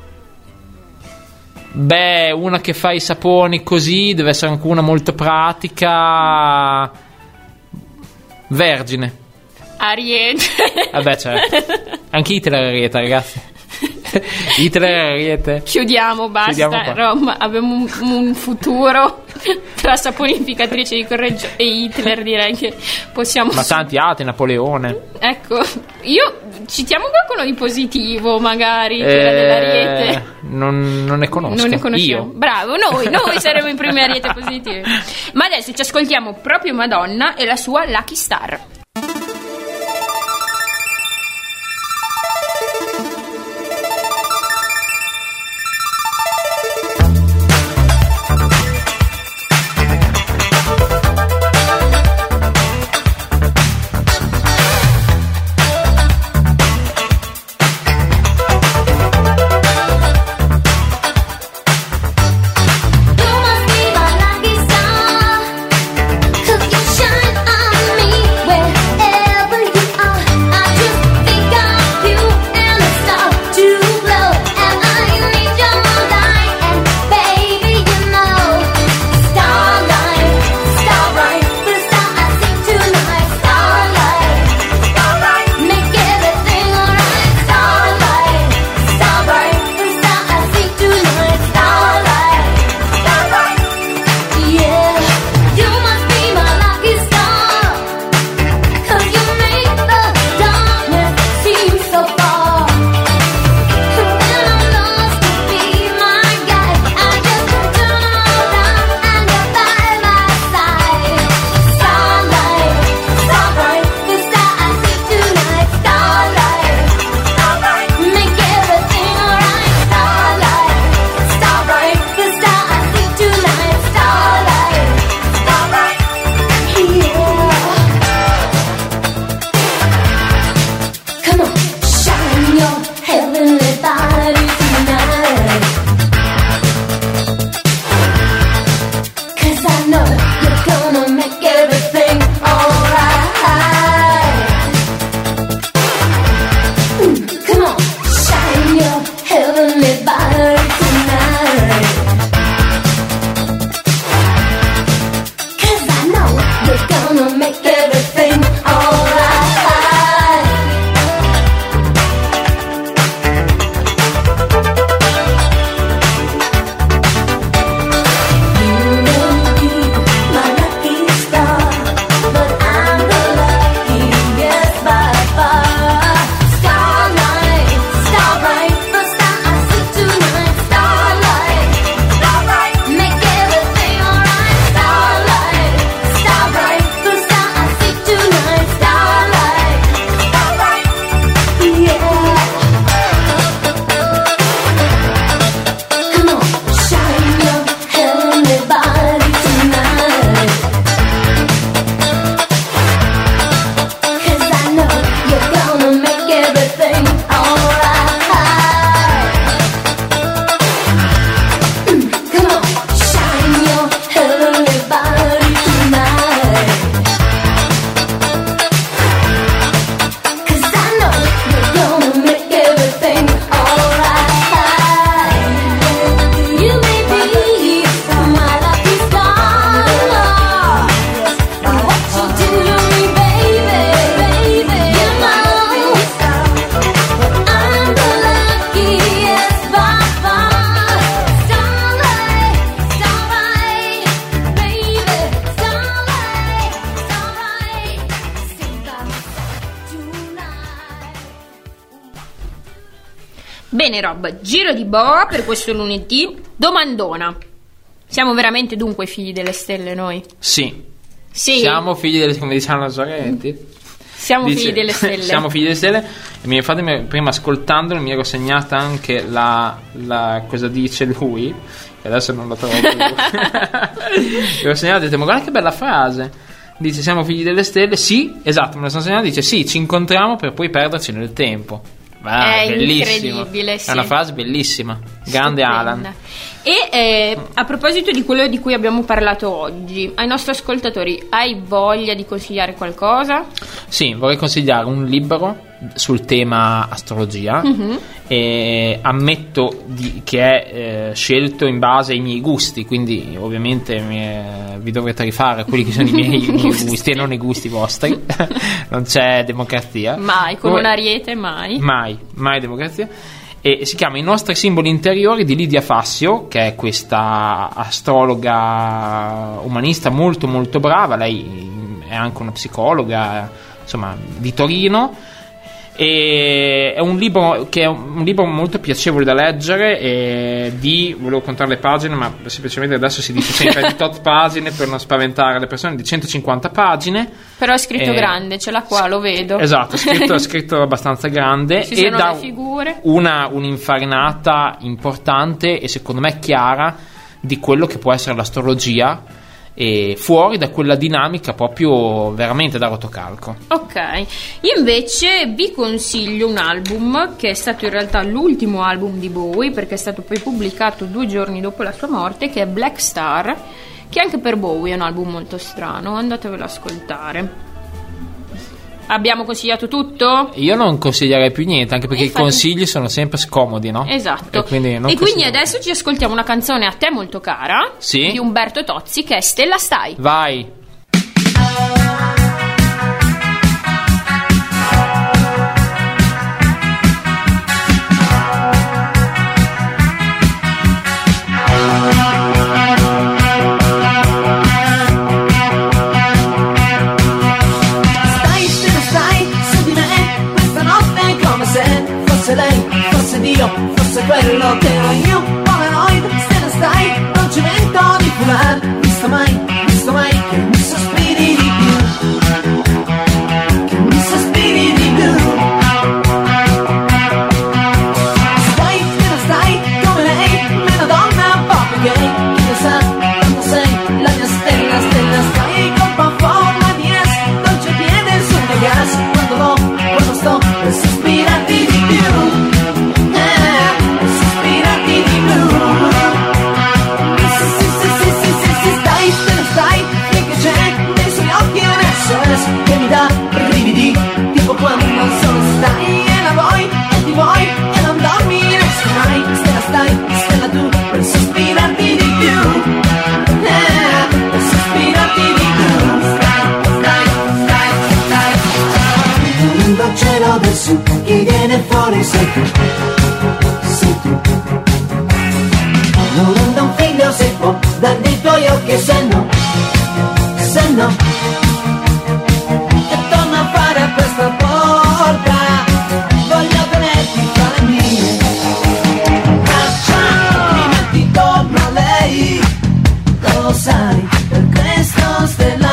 Beh, una che fa i saponi così deve essere anche una molto pratica. Vergine. Ariete. Vabbè, certo. Anche Hitler è Ariete, ragazzi. Hitler è Ariete. Chiudiamo, basta. Chiudiamo qua. Roma, abbiamo un futuro tra saponificatrice di Correggio e Hitler, direi che possiamo. Ma tanti altri, Napoleone. Ecco, citiamo qualcuno di positivo, magari, che era dell'Ariete. Non ne conosco. Non ne conosciamo. Io. Bravo, noi saremo i primi Ariete positivi. Ma adesso ci ascoltiamo proprio Madonna e la sua Lucky Star. You must be my lucky star, 'cause you shine on me. Bene Rob, giro di boa per questo lunedì. Domandona: siamo veramente dunque figli delle stelle noi? Sì. Sì. Siamo figli delle, come diciamo Sorrenti. Siamo figli delle stelle. Siamo figli delle stelle. E infatti prima ascoltandolo mi ero segnata anche la cosa dice lui, e adesso non lo trovo più. Mi ero segnata e ho detto, ma guarda che bella frase. Dice siamo figli delle stelle. Sì, esatto, me la sono segnata. Dice sì, ci incontriamo per poi perderci nel tempo. È bellissimo. incredibile, sì. È una frase bellissima. Grande Stupenda. Alan. E a proposito di quello di cui abbiamo parlato oggi, ai nostri ascoltatori, hai voglia di consigliare qualcosa? Sì, vorrei consigliare un libro sul tema astrologia. E ammetto che è scelto in base ai miei gusti, quindi ovviamente vi dovrete rifare quelli che sono i miei gusti e non i gusti vostri. Non c'è democrazia Mai, con un ariete mai. mai democrazia. E si chiama I nostri simboli interiori di Lidia Fassio, che è questa astrologa umanista molto molto brava. Lei è anche una psicologa, insomma, di Torino. E è un libro molto piacevole da leggere. Volevo contare le pagine, ma semplicemente adesso si dice sempre di tot pagine per non spaventare le persone, di 150 pagine. Però è scritto grande, ce l'ha qua, lo vedo. Esatto, è scritto abbastanza grande. Ci e sono dà le figure. un'infarinata importante e secondo me chiara di quello che può essere l'astrologia, e fuori da quella dinamica proprio veramente da rotocalco. Ok, io invece vi consiglio un album che è stato in realtà l'ultimo album di Bowie, perché è stato poi pubblicato 2 giorni dopo la sua morte, che è Black Star, che anche per Bowie è un album molto strano, andatevelo ad ascoltare. Abbiamo consigliato tutto? Io non consiglierei più niente, anche perché Infatti, i consigli sono sempre scomodi, no? Esatto. E quindi adesso ci ascoltiamo una canzone a te molto cara, sì? di Umberto Tozzi, che è Stella Stai. Vai. Forse quello che ero io, Polaroid, stella stai, non ci mento di foulard, visto mai che mi sospiri di più, che mi sospiri di più. Stella stai, come lei, una donna un po' più gay, chi lo sa, tanto sei la mia stella, stella stai, colpa forma di S, dolce piede sul gas, quando sto per sospirarti di più. Che mi dà brividi, tipo quando non solo stai e la vuoi, e ti vuoi, e non dormi, resterai, stella stai, stella tu, per sospirarti di più, per sospirarti di più, stai, dal cielo del sud, chi viene fuori sei tu, non renda un figlio se può, dar dei tuoi occhi se no, questa porta voglio tenerti tra le mie braccia, mi metti torno a lei, lo sai, per questo stella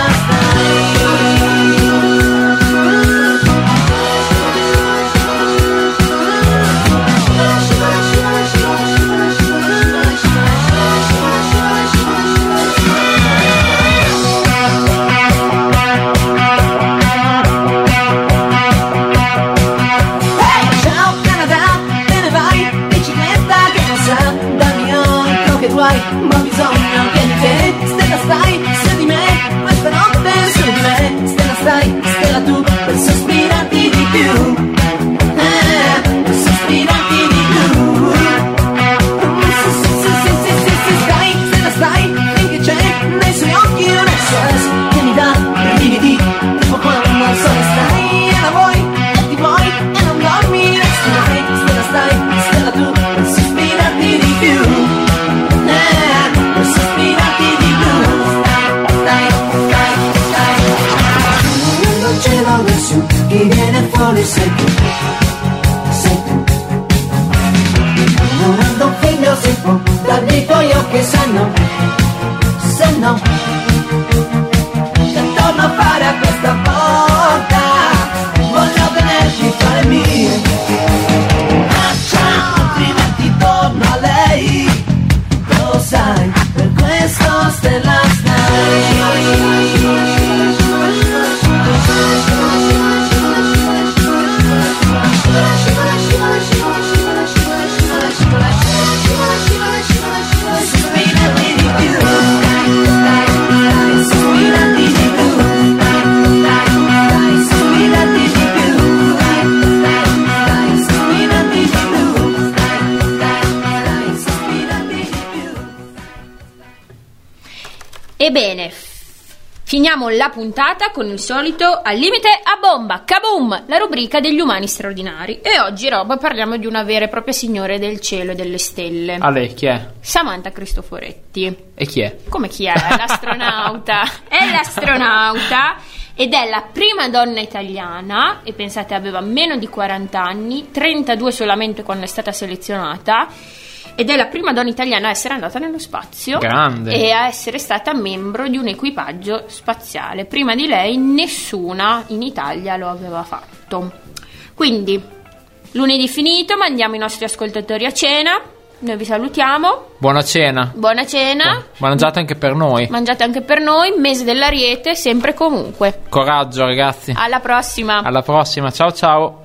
Ebbene, finiamo la puntata con il solito Al limite a bomba, kaboom, la rubrica degli umani straordinari. E oggi, Rob, parliamo di una vera e propria signore del cielo e delle stelle. A lei chi è? Samantha Cristoforetti. E chi è? Come chi è? L'astronauta. È l'astronauta ed è la prima donna italiana, e pensate aveva meno di 40 anni, 32 solamente quando è stata selezionata, ed è la prima donna italiana a essere andata nello spazio. Grande. E a essere stata membro di un equipaggio spaziale. Prima di lei nessuna in Italia lo aveva fatto. Quindi lunedì finito, mandiamo i nostri ascoltatori a cena. Noi vi salutiamo. Buona cena. Buona cena. Mangiate anche per noi. Mangiate anche per noi. Mese dell'Ariete, sempre e comunque. Coraggio, ragazzi. Alla prossima. Alla prossima. Ciao ciao.